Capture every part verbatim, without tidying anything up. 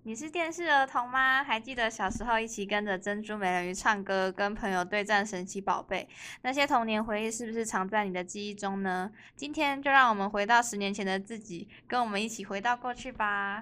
你是电视儿童吗？还记得小时候一起跟着珍珠美人鱼唱歌，跟朋友对战神奇宝贝，那些童年回忆是不是藏在你的记忆中呢？今天就让我们回到十年前的自己，跟我们一起回到过去吧。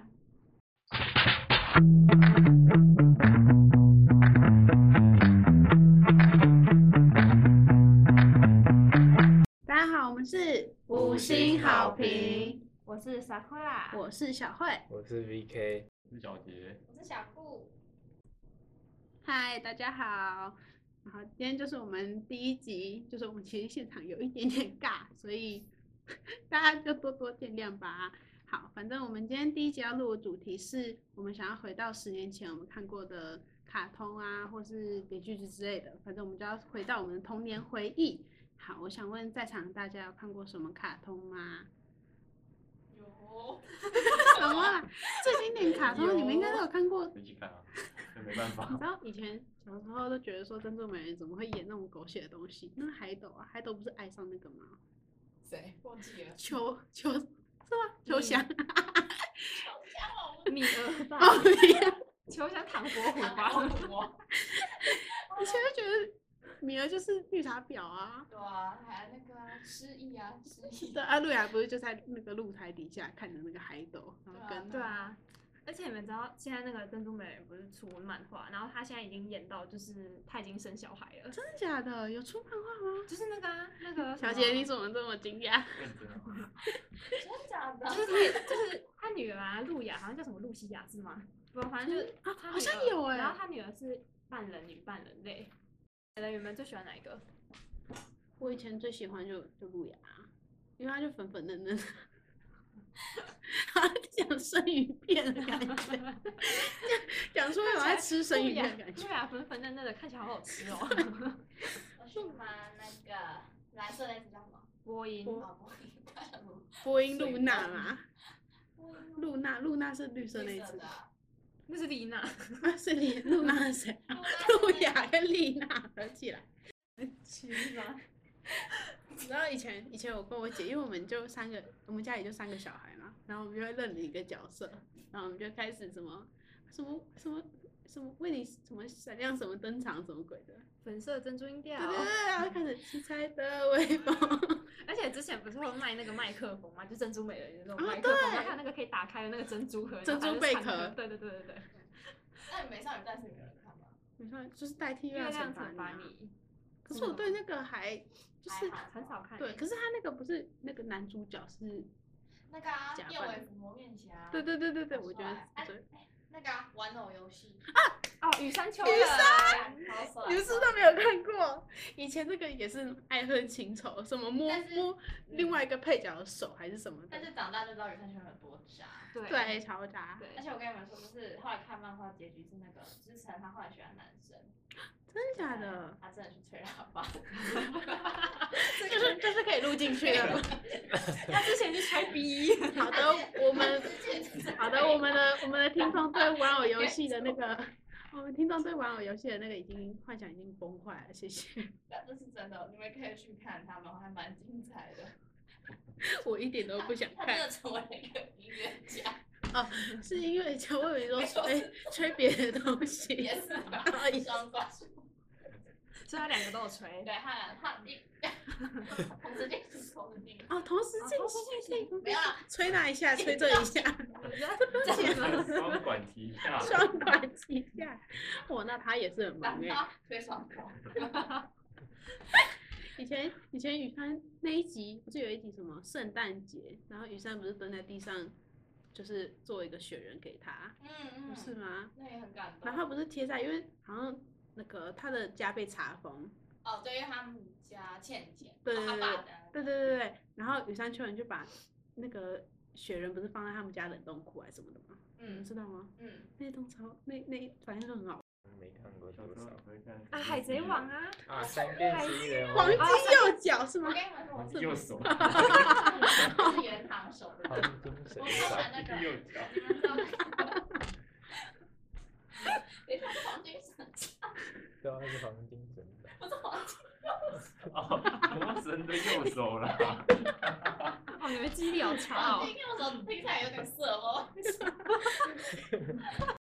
大家好，我们是五星好评， 我是 Sakura， 我是小慧， 我是 V K， 我是小杰， 我是小顾。 嗨，大家好。然后今天就是我们第一集，就是我们其实现场有一点点尬，所以大家就多多见谅吧。好，反正我们今天第一集要录的主题是我们想要回到十年前我们看过的卡通啊，或是连续剧之类的，反正我们就要回到我们的童年回忆。好，我想问在场大家有看过什么卡通吗？ 有。 什么啦？最经典卡通你们应该都有看过。 自己看啊，这没办法。 你知道以前小时候都觉得说珍珠美人鱼怎么会演那种狗血的东西？那个海斗啊，海斗不是爱上那个吗？ 谁？忘记了。 秋秋是吗？秋香。 米儿吧。 哦，米儿。 秋香唐伯虎吧。 以前就觉得米儿就是绿茶婊啊。 对啊，还有那个失忆啊，失忆。 对啊，路亚不是就在那个露台底下看着那个海斗，然后跟对啊。而且你们知道，现在那个珍珠美人鱼不是出漫画，然后他现在已经演到，就是他已经生小孩了。 真的假的？有出漫画吗？ 就是那个、啊、那个小姐，你怎么这么惊讶？ 真的假的？ 就是他也，就是他女儿啊，露雅好像叫什么露西亚是吗？不，反正就是啊， 他好像有哎、欸。 然后他女儿是半人女半人类。人鱼们最喜欢哪一个？ 我以前最喜欢就就路亚，因为他就粉粉嫩嫩。他讲生鱼片的感觉，讲出有在吃生鱼片的感觉。 对啊，粉粉嫩嫩的，看起来好好吃哦。 我喜欢那个蓝色那只叫什么？ 波音。 波音露娜嘛。露娜，露娜是绿色那只。 那是丽娜。 啊，是丽露娜是谁？露雅跟丽娜合起来。 奇吗？ 你知道以前以前我跟我姐，因为我们就三个，我们家里就三个小孩嘛，然后我们就会认了一个角色，然后我们就开始什么什么什么什么为你什么闪亮什么登场什么鬼的， 粉色珍珠音调。 对对对，然后开始七彩的微风。 而且之前不是会卖那个麦克风吗？就珍珠美人鱼那种麦克风，然后它那个可以打开的那个珍珠盒， 珍珠贝壳。 对对对对对。 那你美少女战士有人看吗？ 美少女就是代替月亮惩罚你。可是我对那个还就是很少看。 对，可是他那个不是那个男主角是那个啊，叶尾服蒙面侠。 对对对对对，我觉得对。 那个啊，玩偶游戏啊， 哦，羽山秋人。羽山，你们是不是都没有看过？以前这个也是爱恨情仇，什么摸摸另外一个配角的手还是什么的。 但是长大就知道羽山秋人有多渣。 对对，超渣。 而且我跟你们说，就是后来看漫画结局是那个之前他后来喜欢男生。 真的假的？ 他真的去吹喇叭。 就是就是可以录进去的。 他之前是吹 B。 好的，我们好的，我们的我们的听众对玩偶游戏的那个，我们听众对玩偶游戏的那个已经幻想已经崩坏了，谢谢。 这是真的，你们可以去看他们，还蛮精彩的。 我一点都不想看。 他真的成为了一个音乐家。 哦，是音乐家，我以为说吹吹别的东西。 也是吧，双关。 所以他两个都有吹。 对，他他同时进行，同时进行。 哦，同时进行， 没有啦， 吹那一下，吹这一下。 双管齐下。 双管齐下。哇，那他也是很忙哎。 吹双管。 以前以前雨山那一集不是有一集什么圣诞节，然后雨山不是蹲在地上，就是做一个雪人给他， 嗯嗯， 不是吗？ 那也很感动。 然后他不是贴在，因为好像那个他的家被查封。 哦，对，因为他们家欠钱。 对对对对对对对对。然后羽山秋人就把那个雪人不是放在他们家冷冻库还是什么的吗？嗯，知道吗？嗯，那栋超那那反正就很好。 没看过多少。 啊，海贼王啊！ 啊，三变十一人。 黄金右脚是吗？ 黄金右手。 是原堂手的。 黄金神手。 右脚。 你说黄金神杖？ 对啊，是黄金神杖。 不是黄金右手。 哦，魔神的右手啦。 哦，你们记忆力好差哦。 黄金右手听起来有点色哦。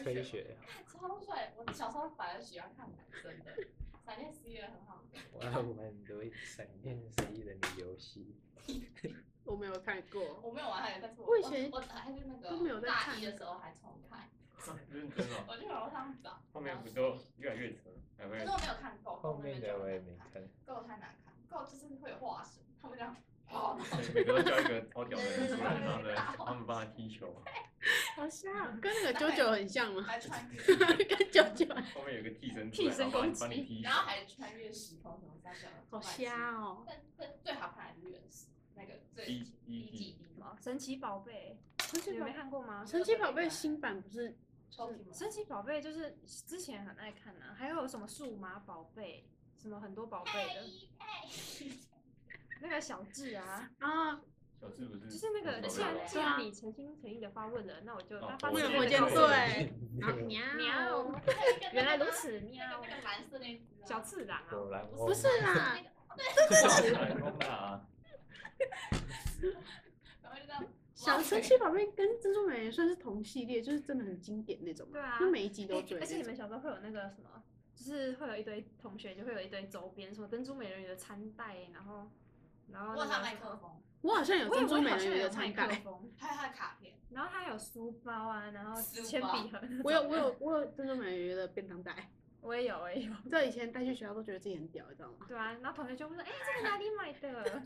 吹雪， 超帅！我小时候反而喜欢看男生的，闪电十一人很好看。 我要玩很多闪电十一人的游戏。 我没有看过。 我没有玩它，但是我我以前我还是那都没有个大在看一的时候还重看， 认真哦。 我去网络上找。 后面不都越来越扯，还会可是我没有看够， 后面的我也没看。 够太难看，够就是会有化身，他们这样。哦， 每个都叫一个超屌的人出来，然后呢，他们帮他踢球。 好像跟那个九九很像吗？ 还穿越， 跟九九后面有个替身出替来，然后帮身攻击你帮你踢球然。后还穿越时空什么三小。 好瞎哦。 但但最好看还是原始那个最第一第第一季一季。 什么神奇宝贝？ 神奇宝你们没看过吗？ 神奇宝贝新版不是就是神奇宝贝就是之前很爱看啊，还有什么数码宝贝，什么很多宝贝的，那个小智啊， 啊？ 小智不是？ 就是那个，既然既然你诚心诚意的发问了，那我就哦那发那现个火箭队，然后喵喵，原来如此，喵那个那个蓝色那只啊小次郎啊， 果然不是啦， 成功啦！ 然后就这样。 小神奇宝贝跟珍珠美人算是同系列，就是真的很经典那种。 对啊就每一集都欸追那种。 而且你们小时候会有那个什么，就是会有一堆同学就会有一堆周边，什么珍珠美人鱼的餐袋，然后然后我有他那个什么麦克风， 我好像有我也珍珠我也好像美人鱼的有麦克餐袋， 风， 还有他的卡片。 然后它还有书包啊，然后书包铅笔盒那种， 我有我有我有珍珠美人鱼的便当袋。 我也有我也有， 你知道以前带去学校都觉得自己很屌，你知道吗？ 对啊，然后同学就会说，哎、这个哪里买的？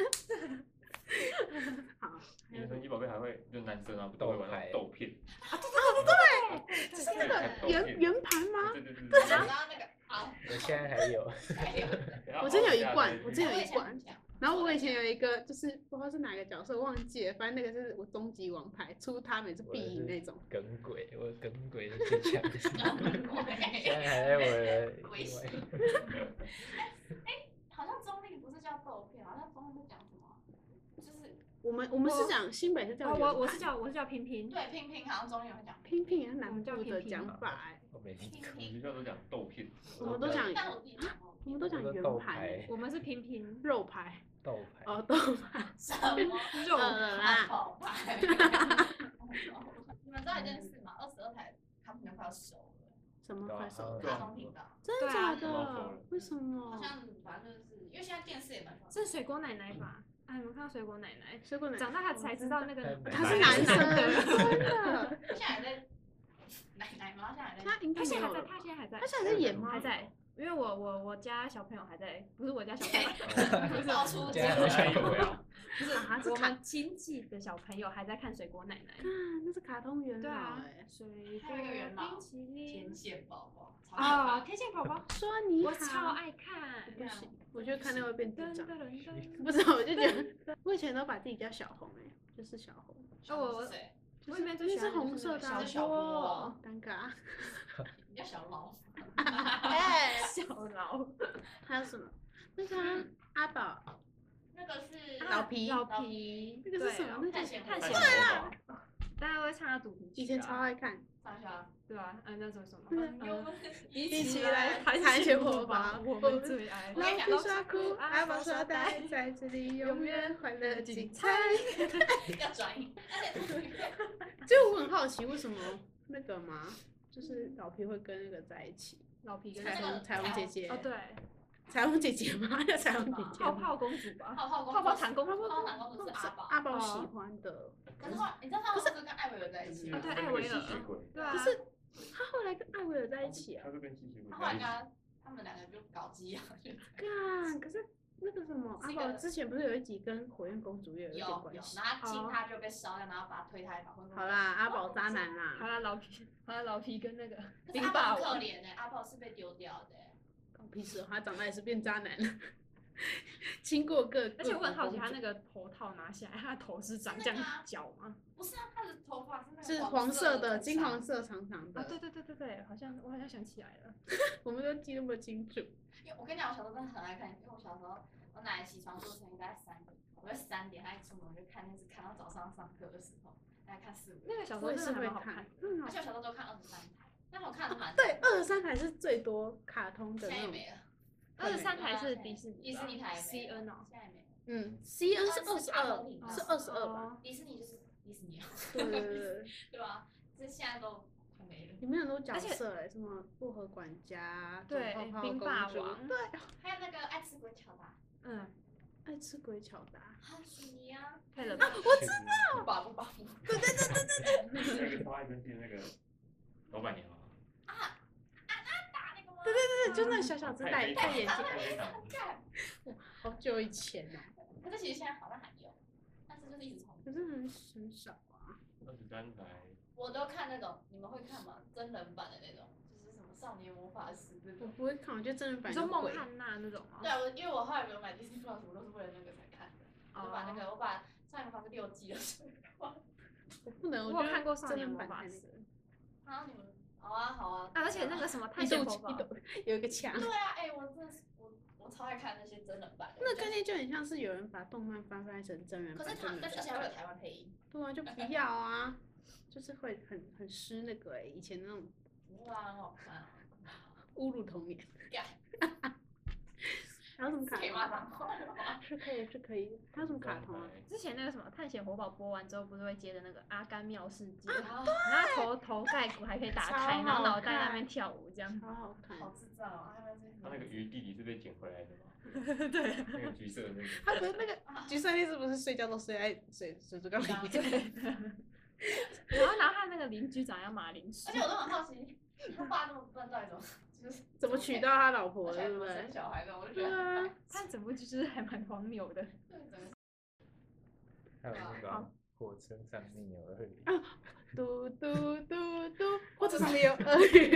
好， 你们神奇宝贝还会就男生啊，不都会玩那种豆片？ 是那个圆圆盘吗？ 对对对对对。 然后那个好， 我现在还有， 还有我真的有一罐，我真的有一我罐也。想讲然后我以前有一个，就是不知道是哪个角色，忘记了，反正那个是我终极王牌，出他每次必赢那种。 耿鬼，我耿鬼的最强， 耿鬼现在还在我的鬼另外血哎，好像中立不是叫豆片，好像中立是讲什么？就是我们我们是讲新北是叫哦， 圆盘我我是叫我是叫拼拼， 对拼拼，好像中立会讲拼拼也是南我们叫部的拼拼讲法哎， 我没听拼过。 我们拼， 学校都讲豆片。 我们都讲但我自己讲过我们都讲圆豆盘牌、 我们是拼拼肉排豆牌， 哦豆排， 什么肉呃汉啦， 堡排？你们知道一件事吗？二十二台他们快要收了， 什么快手对卡通频道。 真的假对啊的？为什好么？ 像反正就是因为现在电视也蛮是水果奶奶吧？啊，你们看到水果奶奶？ 水果奶长大他才知道那个他是男生， 的。 真的， 现在还在奶奶吗？现在还在。 他应该他现在还在， 没有了吧他现在还在， 他现在在演吗？ 还在，因为我我我家小朋友还在，不是我家小朋友， 不是到处现在好像有呀。 不是啊是卡我们亲戚的小朋友还在看水果奶奶。 啊，那是卡通元老对啊哎。， 水果还有一个元老冰淇天淋。 线宝宝。 哦，天线宝宝， 说你好， 我超爱看。 不行，我觉得看那会变智障。 噔噔噔噔。 不知道，我就觉得我以前都把自己叫小红哎，就是小红， 哦，我我谁？ 我里面最喜是欢红色的啊小小波哦尴尬。 你叫小老。 哎， 小老还有什么？那个啊阿宝， 那个是老皮老皮， 那个是什么？那叫探险探险活宝活宝，大家会唱他主题曲啊。 以前超爱看。 上下。 对吧？嗯，那种什么？ 嗯嗯， 一一起来来探险探险活宝活宝， 我们最爱。 老皮耍酷，阿宝耍呆，在这里永远欢乐精彩。 要转移，而且就我很好奇，为什么那个嘛，就是老皮会跟那个在一起？ 老皮跟彩虹彩虹姐姐哦，对， 彩虹姐姐吗？叫彩虹姐姐吗。 泡泡公主吧， 泡泡公主泡泡糖公主， 泡泡糖公主是阿宝。 阿宝喜欢的， 可是后来你知道他们是跟艾薇儿在一起吗？ 哦对艾薇儿吸血鬼。 对啊， 可是他后来跟艾薇儿在一起啊。 他是跟吸血鬼他后来跟在一起。 他他们两个就搞基啊，就干，可是那个什么阿是一个宝之前不是有一集跟火焰公主也有一有有点关，系？ 然后他亲他就被烧掉，然后把他推开，把婚好啦，阿宝渣男啦。 好了，老皮，好了，老皮跟那个可是冰阿宝很可霸王， 怜哎，阿宝是被丢掉的哎。 搞屁事哦，他长大也是变渣男了，亲过各。 而且我很好奇，他那个个头套拿下来，他的头是长这样角吗？ 不是啊，他的头发是那个是黄色的， 很长金黄色长长啊， 的。 对对对对对，好像我好像想起来了， 我们都记那么清楚。 因为我跟你讲，我小时候真的很爱看，因为我小时候我奶奶起床做成大概三点，我会三点，她一出门我就看电视，看到早上上课的时候，大概看四五点。 那个小时候我也是会真的还蛮好看看的。， 嗯而且我小时候都看二十三台，但我看的蛮对，二十三台是最多卡通的那种。 现在也没了， 二十三台是迪士尼吧， 迪士尼台也没 C 了 N 哦， 现在也没了。 嗯，C N 是二十二卡通频，道是二十二吧？ 哦迪士尼就是迪士尼啊， 对对对对。 对吧？这现在都没了。 里面很多角而且色哎，什么薄荷管家， 对泡泡冰公主霸王对， 还有那个爱吃鬼巧达， 嗯， 爱吃鬼巧达， 哈薯泥啊， 配了吧？ 我知道， 不拔不拔。 那个超爱生气的那个老板娘啊， 对对对，就那个小小只戴太戴眼镜， 太非常好久以前哦， 可是其实现在好像还有，但是就是一直重可是很很少啊。 二十三台， 我都看那种，你们会看吗？真人版的那种，就是什么少年魔法师这我种。 不会看，我觉得真人你版就鬼。 说孟汉娜那种吗？ 对啊，我因为我后来没有买 Disney Plus，我都是为了那个才看的。 哦我把那个，我把少年魔法师六季的时候看。 我不能， 我觉得有看过少真年魔法人版太那个师。 啊，你们好啊好啊。 啊，而且那个什么探一斗险活宝一，斗有一个墙， 对啊，哎、我真的是我我超爱看那些真人版的。 那我觉得概念就很像是有人把动漫翻拍成真人版， 可是他， 就没有下来但是而且还会有台湾配音。 对啊，就不要啊，就是会很很失那个哎、以前那种不会啊，很好看啊。 侮辱童年。 干还有什么卡可以通啊？ 骂脏话吗？ 是可以是可以，还有什么卡通啊？ 之前那个什么探险活宝播完之后，不是会接着那个阿甘妙世界， 啊， 然后头头盖骨还可以打开， 超好然后脑袋在那看边跳舞这样。 超好看。 好智障哦！他们他那个鱼弟弟是被捡回来的吗？ 对， 那个橘色的那个， 他不是那个橘色那是不是睡觉都睡在水水族缸里面？ 然后然后他那个邻居长得像马铃薯而且，我都很好奇，他爸那么笨，到底怎么就是怎么娶到他老婆的， 而且对不对怎么生？小孩的？我就觉对得很啊白， 看整部剧就是还蛮荒谬的。 对整个还有那个火车上面有鳄鱼， 嘟嘟嘟嘟，或者上面有鳄鱼。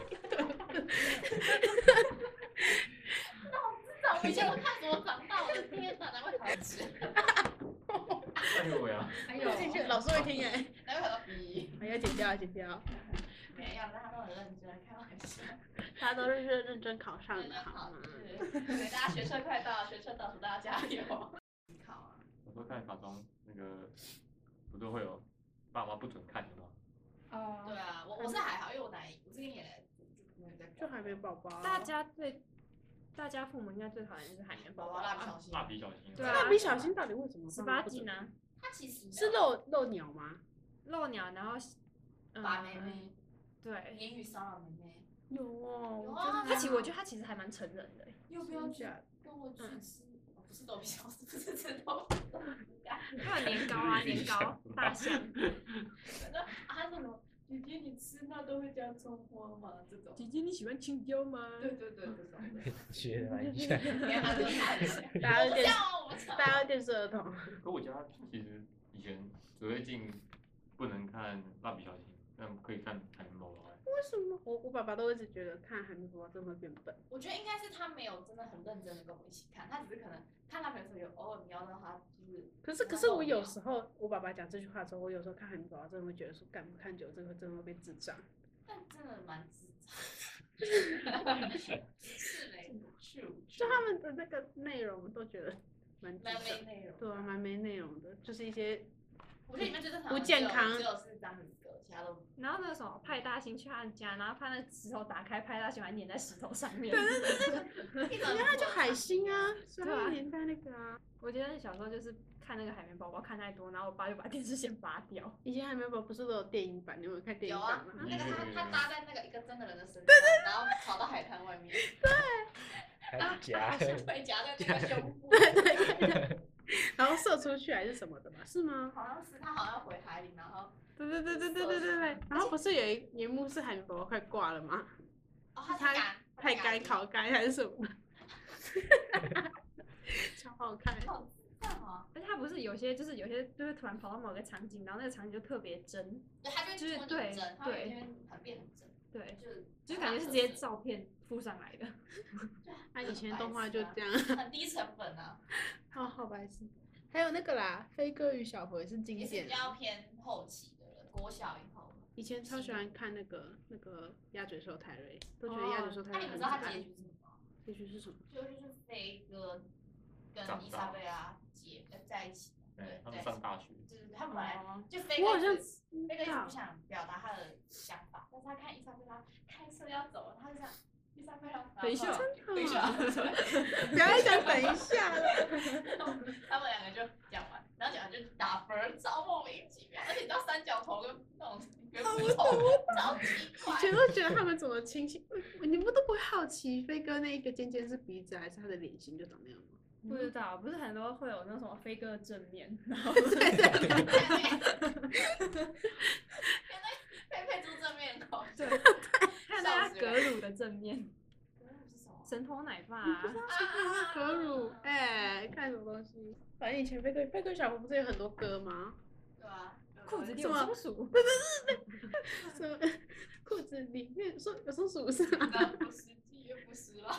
长，我以前都看什么长大？我的天哪，难怪考到纸， 哎呦喂啊！ 还有进去老师会听哎， 难怪考到 B。 哎要剪掉要剪掉， 没有，大家都很认真，开玩笑。 大家都是认认真考上认真考的好吗？ 试，对，大家学车快到，学车倒数，大家加油。考啊！ 我说看卡通那个，不是会有爸妈不准看的吗？ 哦对啊，我我是还好，因为我奶我是跟你奶就没有在管就还没宝宝啊。 大家最，大家父母应该最讨厌就是海绵宝宝宝宝蜡笔吧？ 小新。 蜡笔小新。 对啊蜡笔小新到底为什么十八不准禁啊， 它其实是漏漏鸟吗？ 漏鸟，然后嗯把妹妹， 对， 言语骚扰妹妹， 有哦， 有我真的啊他其实我觉得他其实还蛮成人的欸， 要不要去真假的跟我去吃？哦不是豆皮小子，不是吃豆皮。 还有年糕啊，年糕，大象， 反正啊什么，姐姐你吃那都会加葱花吗？这种。 姐姐你喜欢青椒吗？ 对对对，这种的。 学了一下， 你看他就拿起来， 大家都电视， 我不知道。 大家都电视儿童。 可我家其实以前只会进，不能看蜡笔小新，但可以看海绵宝宝。 为什么？我我爸爸都一直觉得看海绵宝宝真的会变笨。 我觉得应该是他没有真的很认真的跟我一起看，他只是可能看那本书有偶尔瞄到他就是。 可是可是我有时候我爸爸讲这句话的时候，我有时候看海绵宝宝真的会觉得说，干不看久真的真的会变智障。 但真的蛮智障。是没错， 就他们的那个内容都觉得蛮智蛮没障， 内容。 对啊，蛮没内容的，就是一些我觉得里面最正常不的健康只有是章鱼哥，其他都。 然后那个什么派大星去他家，然后把那个石头打开，派大星还粘在石头上面。对对对， 因因为它就海星啊，所以它会粘在那个啊。 我觉得小时候就是看那个海绵宝宝看太多，然后我爸就把电视线拔掉。 以前海绵宝宝不是都有电影版？你有没有看电影有啊， 版吗？ 那个他他搭在那个一个真的人的身上，然后跑到海滩外面， 还夹被夹在那个胸部。 然后射出去还是什么的吧？是吗？ 好像是他好像回海里，然后对对对对对对对对。然后不是有一有一幕是海绵宝宝快挂了吗？ 哦他他干太干烤干还是什么？超好看。 好智障啊！ 而且他不是有些就是有些就会突然跑到某个场景，然后那个场景就特别真， 对，他就就是会对真，他有一对天很变很真， 对， 就是就是感觉是直接照片附上来的。 他以前动画就这样。 很低成本啊， 哦，好白痴。还有那个啦，飞哥与小佛也是经也是比典的。 较偏后期的了，国小以后。 以前超喜欢看那个那个鸭嘴兽泰瑞，都觉得鸭嘴兽泰那你们瑞很可爱。 知道他结局是什么吗？ 结局是什么？ 就是飞哥跟伊莎贝拉结呃在一起，对， 他们在上大学， 就是他们本来哦就飞哥我好像一直飞哥一直不想表达他的想法，但是他看伊莎贝拉开车要走了，他就这样，伊莎贝拉， 等一下等一下， 不要再讲等一下了。 他们两个就讲完，然后讲完就打分，超莫名其妙，而且你知道三角头跟那种跟我懂我超奇怪以。前都觉得他们怎么清晰，你们都不会好奇飞哥那一个尖尖是鼻子还是他的脸型就长那样吗？ 不知道，不是很多会有那种什么飞哥的正面，然后对对对， 佩佩猪正面孔， 对，还有那个格鲁的正面， 是什么？ 神偷奶爸啊， 可乳，哎，看什么东西？反正以前飞哥飞哥小红不是有很多歌吗？ 对啊， 裤子里什么有松鼠， 什么裤子里面说有松鼠是吗？ 那不实际又不实了。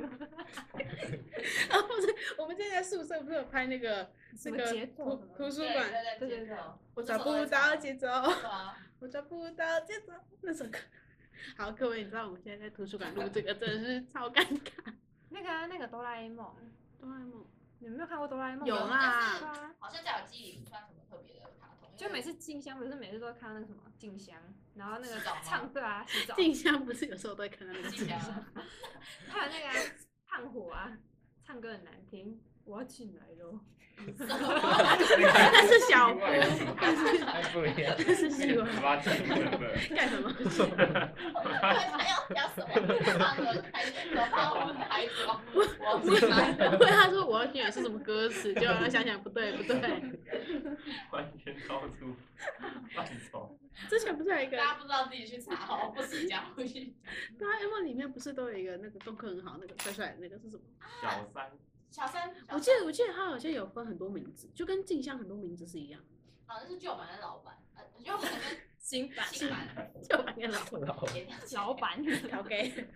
然后是我们现在宿舍不是有拍那个什么那个图节奏什么图书对馆， 对对对对对我找不到节奏， 对啊， 我找不到节奏那首歌。好，各位，你知道我们现在在图书馆录这个真的是超尴尬。 那个那个哆啦 A 梦， 哆啦 A 梦你们没有看过哆啦 A 梦？ 有啦对啊， 好像在我记忆里不算什么特别的卡通， 就每次静香不是每次都看到那个什么静香，然后那个洗澡吗唱对啊洗澡， 静香不是有时候都会看到那个静香还有那个啊胖虎啊，唱歌很难听，我要进来喽。 那是小夫， 还不一样。 那是喜欢十八禁的， 干什么？ 他要讲什么？唱的还是可怕我的孩子哦，我不是，问他说我要听的是什么歌词，就要想想不对不对。 完全超出范畴。 之前不是有一个大家不知道自己去查哦，不许讲，不许讲。 哆啦 A 梦里面不是都有一个那个功课很好那个帅帅的那个是什么？ 小三， 小三， 我记得我记得他好像有分很多名字，就跟静香很多名字是一样。 好像是旧版的老板，呃，旧版跟新版新版就把那老老也了解老板， OK，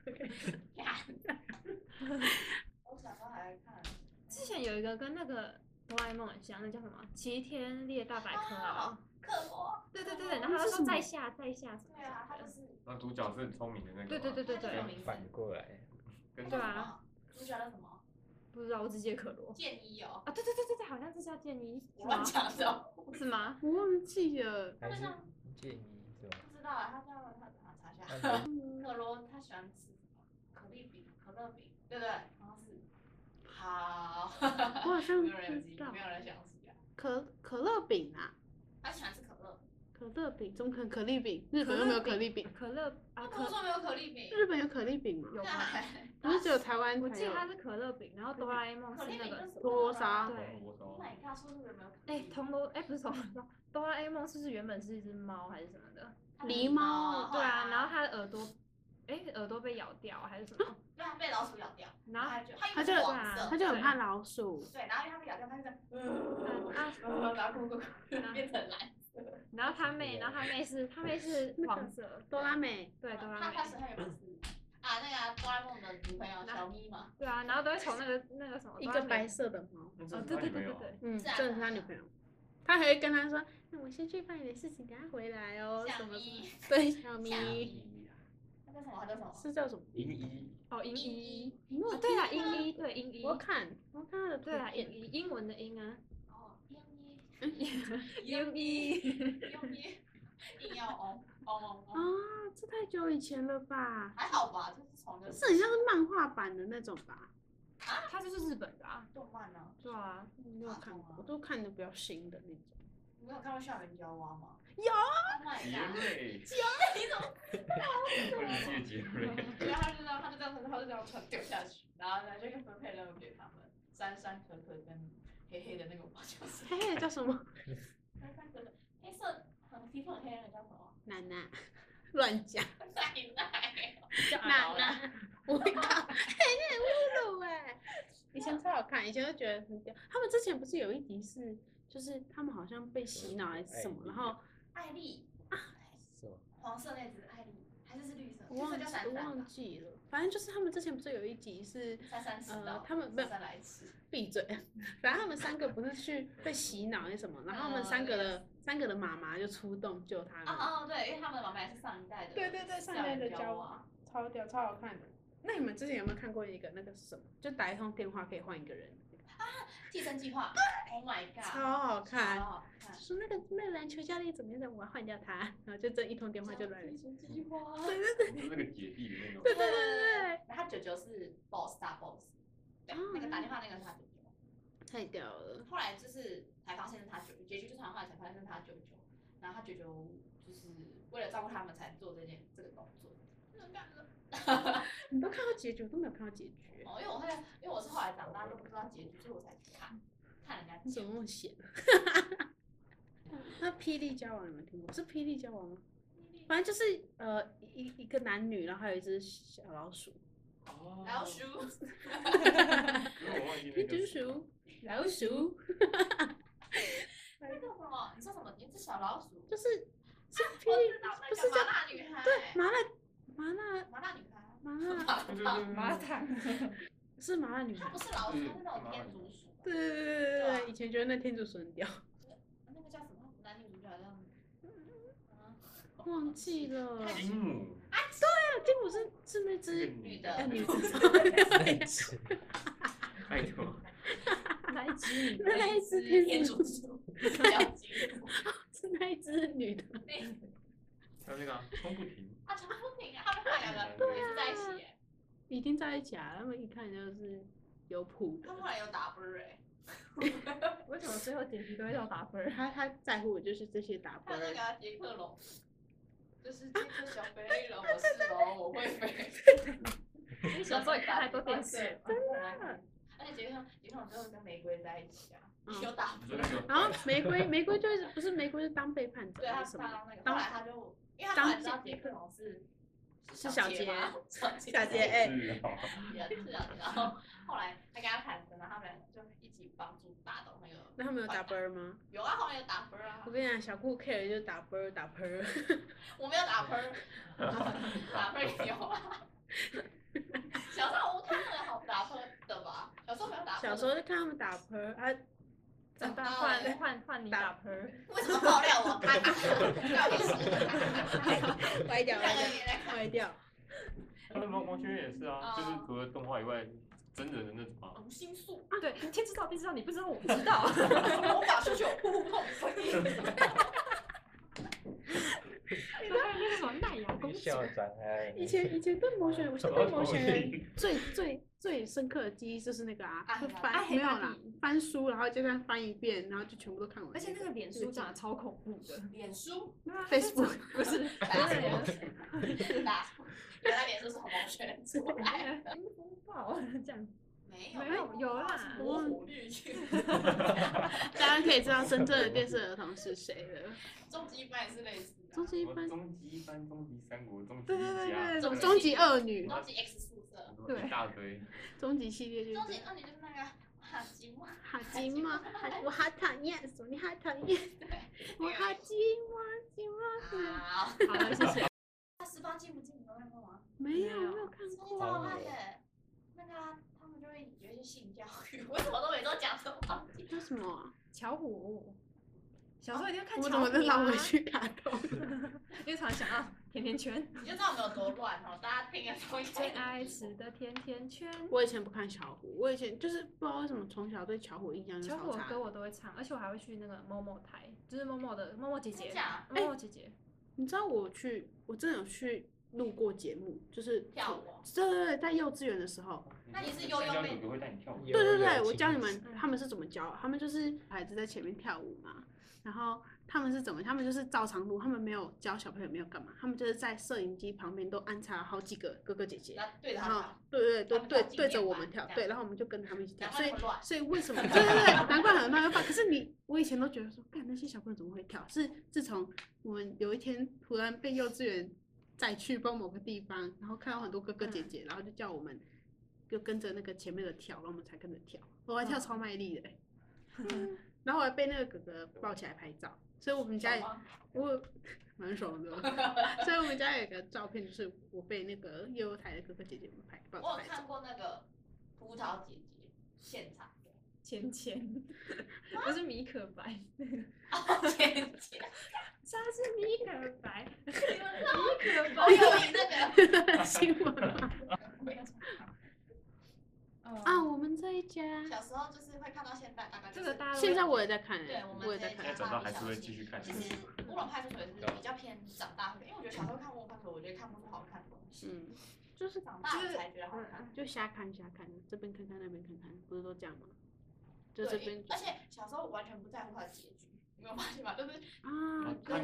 我小时候还会看。 之前有一个跟那个哆啦 A 梦很像，那叫什么《齐天烈大百科》啊？ 克罗。 对对对对，然后他说在下在下什么对啊，他的就，是。 那主角是很聪明的那个吗。 对对对对对他就有名字反过来， 跟对啊。 主角叫什么？ 不知道我只记得可罗剑一哦。 啊，对对对对对，好像是叫剑一， 我乱讲的哦。 是吗？ 我忘记了。 还是建议是吧？ 不知道啊，他叫他查查一下。克罗他喜欢吃什么？可丽饼、可乐饼，对不对？好像是。好。 我好像没有人有记忆， 知道没有人想起来。 可可乐饼啊， 他喜欢吃可乐。 可乐饼怎么可能可丽饼？日本又没有可丽饼， 可乐啊，可他不是说没有可丽饼。 日本有可丽饼吗？ 有吗？ 不是只有台湾才有。 我记得它是可乐饼，然后哆啦 A 梦是那个陀螺烧对我操 Oh my god，说是有没有可丽哎， 饼？ 铜锣哎不是铜锣烧，哆啦 A 梦是不是原本是一只猫还是什么的？ 狸猫对啊，然后它的耳朵，哎耳朵被咬掉还是什么？ 对啊，被老鼠咬掉， 然后他就他就黄色， 他就很怕老鼠。 对，然后因为他被咬掉，他就这样， 嗯啊， 然后咕咕咕变成蓝色。 然后他妹，然后他妹是他妹是黄色， 哆啦美， 对哆啦他开始美， 他原本是啊那个哆啦 A 梦的女朋友小咪嘛， 对啊，然后都会从那个那个什么一个白色的猫， 那这哦是他女朋友对对对对对， 嗯， 是啊这是他女朋友。他还会跟他说：“那我先去办你的事情，等下回来哦。” 小什么什么咪？ 对，小咪小一他叫什么？他叫什么？ 是叫什么？ 零一哦英一， 你有啊对啊听吗英一对英一， 我看，我看他的图对啊英片。 一英文的英啊， 哦，英一， 英一， 英一，硬要哦哦哦啊哦，， 这太久以前了吧？ 还好吧，就是从那个这很像是漫画版的那种吧？ 它就是日本的啊， 动漫呢。 对啊， 没有看过，我都看的比较新的那种。 你没有看过校园娇娃吗？ 有 ，Oh my 杰 god！ 瑞， 你怎么？ 不能记得杰瑞。 对，他就这样，他就这样，他就这样传丢下去，然后呢就分配任务给他们，珊珊、可可跟黑黑的那个我叫什么？ 嘿嘿，叫什么？ 珊珊、可可，黑色很皮肤很黑的那个叫什么？ 奶奶，乱讲。 奶奶。 叫奶阿劳啦， 奶，我靠，嘿，那很侮辱哎！以前超好看，以前都觉得很屌。他们之前不是有一集是，就是他们好像被洗脑还是什么，然后艾丽， 是吗？ 黄色那只艾丽，还是是绿色？ 我忘记绿色叫珊我忘珊吧？ 记了，反正就是他们之前不是有一集是珊珊吃到， 呃他们没有珊珊来吃。 闭嘴，反正他们三个不是去被洗脑还是什么，然后他们三个的三个的妈妈就出动救他们。 哦哦，对，因为他们的妈妈也是上一代的， 对对对，上一代的娇娇娃，超屌，超好看的。那你们之前有没有看过一个那个什么，就打一通电话可以换一个人？ 替身计划 ，Oh my god， 超好看超好看就。说那个那个篮球教练怎么样的，我要换掉他，然后就这一通电话就来了。 替身计划。 对对对那个姐弟的那种。 对对对对然后他九九是 boss 大 boss，对，那个打电话那个是他九九。 对，太屌了。 后来就是才发现是他九九，结局就是后来才发现是他九九。 然后他舅舅就是为了照顾他们才做这件这个动作，很感人。 你都看到结局，我都没有看到结局。 哦，因为我后来，因为我是后来长大都不知道结局，所以我才去看，看人家你怎讲。 么那么闲？那霹雳交往有没有听过？是霹雳交往吗？反正就是呃一一个男女，然后还有一只小老鼠。 哦老鼠， 一只鼠，老鼠， 那个什么，你说什么？一只小老鼠， 就是是霹我雳知道， 不是叫那个麻辣女孩， 对麻辣麻辣麻辣女孩， 麻辣对对对麻辣烫， 是麻辣女孩它不。是老鼠，它是那种天竺鼠。 对对对对对对，以前觉得那天竺鼠很屌， 那个叫什么？男女主角叫忘记了。 太金母， 金姆是是那只女的呃女的， 那一只拜托， 哪一只女那那一只天天竺竺鼠，叫金母。 是那一只女的。 还有那个啊冲不停， 啊，陈不停啊，他们俩两个也是在一起耶。 已经在一起啊，他们一看就是有谱的他。们后来有打啵儿哎， 为什么最后结局都会叫打分儿？ 他他在乎的就是这些打还分儿。 有那个啊杰克龙，就是这只小飞龙，我是龙，我会飞。 你小时候也看太多电视了。 真的。而且杰克杰克龙最后跟玫瑰在一起啊， 嗯有打啵儿。 你说那个， 然后玫瑰玫瑰就是不是玫瑰是当背叛者对，他还是什么？ 是当那个， 当后来他就，因为他后来知道杰克龙是是小杰吗？小杰， 小杰哎是哦， 也是啊，然后后来他跟他谈成了，他们两个就一起帮助打倒那个。 那他们有打啵儿吗？ 有啊，后来有打啵儿啊我。跟你讲，小顾 care 就是打啵儿打啵儿。 我没有打啵儿，打啵儿有啊。小时候我看那个好打啵儿的吧，小时候没有打啵儿。 小时候就看他们打啵儿，啊， 长大换换换你打喷儿， 为什么爆料我？啊啊不好意思， 歪掉歪两个人也在掉看。 歪掉。 他们王王学院也是啊，就是除了动画以外，真人的那种啊， 读心术， 啊，对，你天知道地知道，你不知道我不知道。 魔法出去有呼碰声音。 还有那个什么奈雅公主， 校长哎， 以前以前对魔选，我现在对魔选人最最最深刻的记忆就是那个啊，就翻暗黑没有啦大地， 翻书，然后就这样翻一遍，然后就全部都看完。 而且那个脸书长得超恐怖的。 脸书， Facebook 不是， 打真的打，原来脸书是红毛圈出来的， 冰风暴这样。 没有没有有啦模糊滤镜。 大家可以知道真正的电视儿童是谁了。 终极班也是类似的啊， 终极班， 终极班、终极三国、终极对对对一家， 对终极终极恶女， 终极 X 宿舍， 对一大堆， 终极系列就是终极二你就是那个哈基嘛， 好寂寞，好我好讨厌，说你好讨厌，我好寂寞寂寞。 好， 好了，谢谢。 他十八禁不禁你有看过吗？ 没有，没有看超级过。 超好看的，那个啊他们就会有一些性教育，为什么都每周讲这忘记？ 为什么啊？ 巧虎，小时候一定要看我巧虎怎么能绕回啊， 去卡通？ 因为常想到甜甜圈， 你就知道我们有多乱哦，大家听得懂一最点。 爱吃的甜甜圈。 我以前不看巧虎，我以前就是不知道为什么从小对巧虎印象就超差巧虎的歌。我都会唱，而且我还会去那个某某台，就是某某的某某姐姐真假， 某某姐姐。 你知道我去，我真的有去录过节目，就是跳舞哦对对对，在幼稚园的时候， 那你是悠悠妹哥哥会带你跳舞， 对对对，我教你们他们是怎么教，他们就是孩子在前面跳舞嘛，然后他们是怎么，他们就是照常录，他们没有教小朋友没有干嘛，他们就是在摄影机旁边都安插了好几个哥哥姐姐， 然后对着然后他对对对他们对对跳经典着我们跳， 版这样对，然后我们就跟着他们一起跳，所以难怪那么乱所以为什么？对对对，难怪很乱又放。可是你，我以前都觉得说，干那些小朋友怎么会跳？是自从我们有一天突然被幼稚园载去帮某个地方，然后看到很多哥哥姐姐，然后就叫我们就跟着那个前面的跳，然后我们才跟着跳。我还跳超卖力的、欸，然后我还被那个哥哥抱起来拍照，所以我们家也我蛮爽的，所以我们家有一个照片，就是我被那个幼幼台的哥哥姐姐们拍抱我有着拍照。 看过那个葡萄姐姐现场的， 浅浅，不是米可白， 哦，姐姐， 他是米可白， 你们知道吗？ 米可白我有你那个新闻吗？ 哦啊，我们这一家， 小时候就是会看到现在，大概就是这个大家都现在我也在看对哎、 我们这一我也在看现在。长大还是会继续看。 其实乌龙派出所也是比较偏长大会，因为我觉得小时候看乌龙派出所，我觉得看不出好看的东西， 嗯，就是长大了才觉得好看。 就瞎看瞎看，这边看看那边看看，不是都这样吗？就对这边， 而且小时候我完全不在乎它的结局，你有没有发现吗？就是啊， 隔天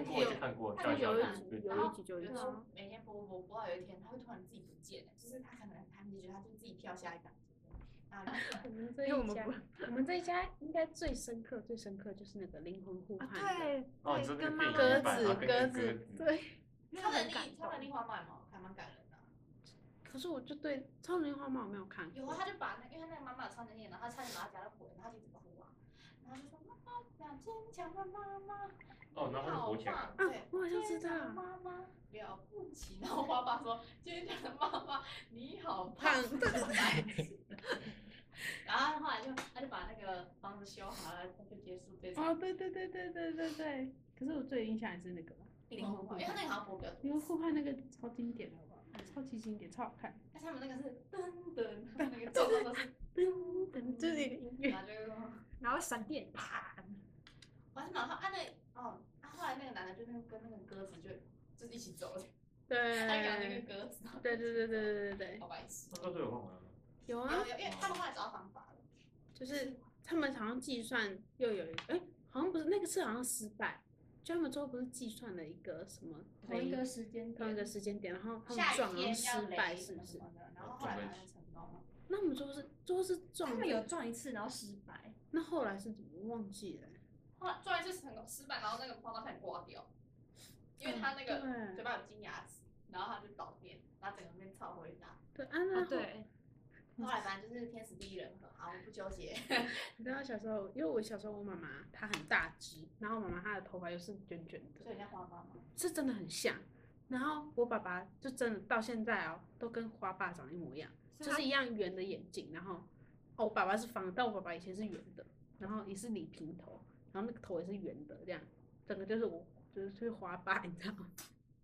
看过， 他跳一下有一集就对有一集就有一集然后每天播播播播到有一天，他会突然自己不见了，就是他可能他们就觉得他就自己跳下一档，然后我们这一家因为我们不， 我们这一家应该最深刻、最深刻就是那个灵魂互啊换的对哦，你说对， 那跟妈妈个电影版， 鸽子然后跟鸽子鸽子，， 对。 超能很感力超能力动。 花麦嘛，还蛮感人的啊。 可是我就对超能力花猫我没有看过。 有啊，他就把那，因为他那个妈妈有超能力，然后他差点把他夹到火，然后他就一直哭啊，然后就说妈妈，要坚强的妈妈， 哦然后他就好火起来了棒，对， 我好像知坚强的道妈妈了不起，然后爸爸说坚强的妈妈你好胖胖，对对对。然后后来就他就把那个房子修好了，他就结束这哦， 场对对对对对对对。可是我最有印象还是那个灵魂互换，因为他那个好像播比较灵多次， 魂互换那个超经典的，好不好？超级经典，超好看。 但他们那个是噔噔，他们那个状况都是噔噔，就是那个音乐。 然后就然后闪电啪， 我还是蛮好，啊那哦，啊后来那个男的就那个跟那个鸽子就就是一起走的， 对。 他养那个鸽子， 对对对对对对对。 好白痴。 那都有换完了吗？ 有啊有，有，因为他们后来找到方法了。 就是他们好像计算又有一个，哎，好像不是那个是好像失败，就他们最后不是计算了一个什么同一个时间同一个点， 时间点，然后他们下撞好像雨天要失败， 雷是不是什？么的，然后后来好像成功了。 那我们最后是最后是撞的， 他们有撞一次，然后失败。 那后来是怎么忘记了？ 后来撞一次成功失败，然后那个泡到差点挂掉，因为他那个对嘴巴有金牙齿，然后他就导电，然后整个面超回答。 对啊，那哦， 后对， 后来反正就是天时地利人和，啊，我不纠结。 你知道小时候，因为我小时候我妈妈她很大只，然后妈妈她的头发又是卷卷的， 所以人家花花吗？ 是真的很像。然后我爸爸就真的到现在哦，都跟花爸长一模一样，就是一样圆的眼镜。然后哦，我爸爸是方的，但我爸爸以前是圆的，然后也是理平头，然后那个头也是圆的，这样整个就是我就是就是花爸，你知道吗？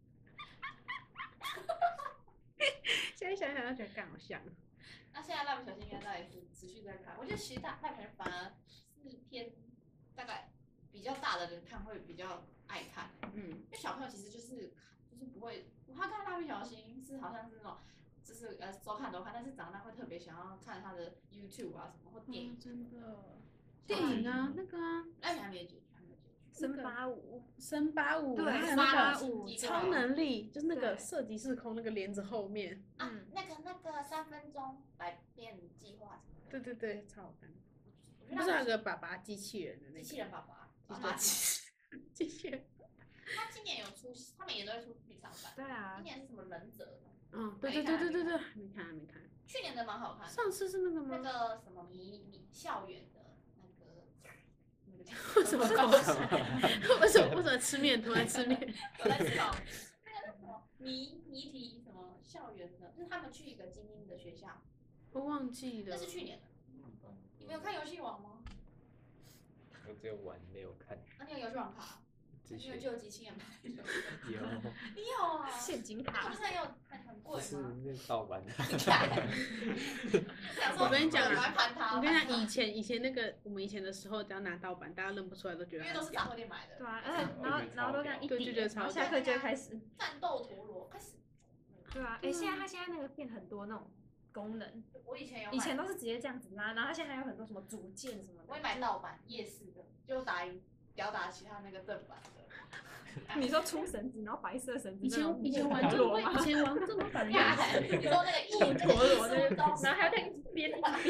现在想想都觉得干好像。 那现在蜡笔小新应该大概是持续在看，我觉得其实大蜡笔小新反而是偏大概比较大的人看会比较爱看， 嗯， 因为小朋友其实就是就是不会，他看蜡笔小新是好像是那种就是呃周看都看，但是长大会特别想要看他的 YouTube 啊什么或电影。 真的。电影啊，那个啊， 蜡笔还没结局，还没有结局。 升八五， 升八五， 对然后还有八那个五超能力，就是那个对射击时空那个帘子后面。 啊嗯， 那个那个三分钟百变计划什么的。 对对对，超好看。 我觉得不是还有个爸爸机器人的那个机器人爸爸，爸机爸器机器人。 他今年有出，他每年都会出剧场版。 对啊今，年是什么忍者的？ 嗯，对对对对对对，还没看还没看。 去年的蛮好看的。 上次是那个那吗？ 个什么迷迷校园的那个那个叫为什么口水？为什么为什么吃面突然吃面？ 我在知道那个什么谜谜题什么校园的，就是他们去一个精英的学校， 我忘记了。 那是去年的。你没有看游戏王吗？ 我只有玩没有看， 啊，你有游戏王卡？ 之前你有救急亲人牌？ 有， 你有啊？ 陷阱那卡不是很有很很贵是吗？ 那盗版的。 你看，想说我跟你讲啊我来盘它。 我跟你讲， 盘它以前以前那个我们以前的时候，只要拿盗版，大家认不出来都觉得它很假因为都是杂货店买的。 对啊，而且然后然后都这样一对就叠， 觉得超然后下课就会开始， 战斗陀螺开始。 对啊，哎，现在他现在那个变很多那种功能， 我以前有买， 以前都是直接这样子拉，然后他现在还有很多什么组件什么的。 我也买盗版夜市的，就打赢吊打其他那个正版的。 你说粗绳子，然后白色绳子以前那种以前玩这么陀螺吗？ 以前玩这么把人家呀，你说那个异那陀螺那个， 个异然后还要再编一那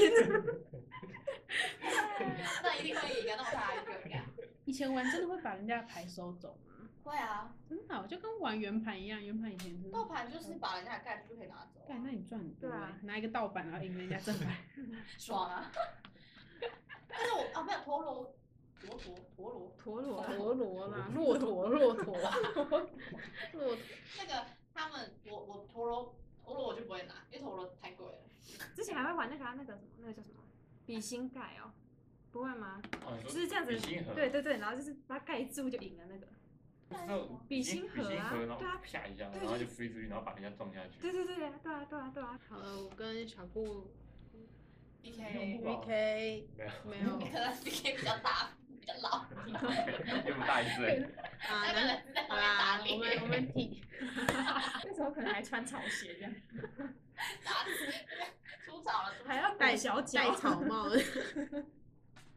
一定会赢啊，那么大一个呀。 以前玩真的会把人家的牌收走吗？ 会啊， 真的哦，就跟玩圆盘一样，圆盘以前是。 盗版就是把人家的盖子就可以拿走啊， 干，那你赚很多对啊欸拿一个盗版然后赢人家正版。 爽啊。但是我啊没有陀螺，陀陀陀螺， 陀螺， 陀螺啦，骆驼，骆驼，骆驼。 那个他们我我陀螺陀螺我就不会拿，因为陀螺太贵了。 之前还会玩那个啊那个什么那个叫什么笔芯盖哦，不会吗？ 哦，你说就是这样子笔芯盒， 对对对，然后就是把它盖住就赢了那个。 不知道笔芯盒啊笔芯盒，然对啊后啪一下， 对然后就飞出去，然后把人家撞下去。 对对对对啊对啊对啊对啊， 好了，我跟小顾 B K， V K 没有没有可能 B K 比较大，比较老， 这么大一岁， 啊， 那个那人是在后面好啦打， 我们脸， 我们体那时候可能还穿草鞋这样， 打死，出草了， 还要戴裹小脚戴草帽的。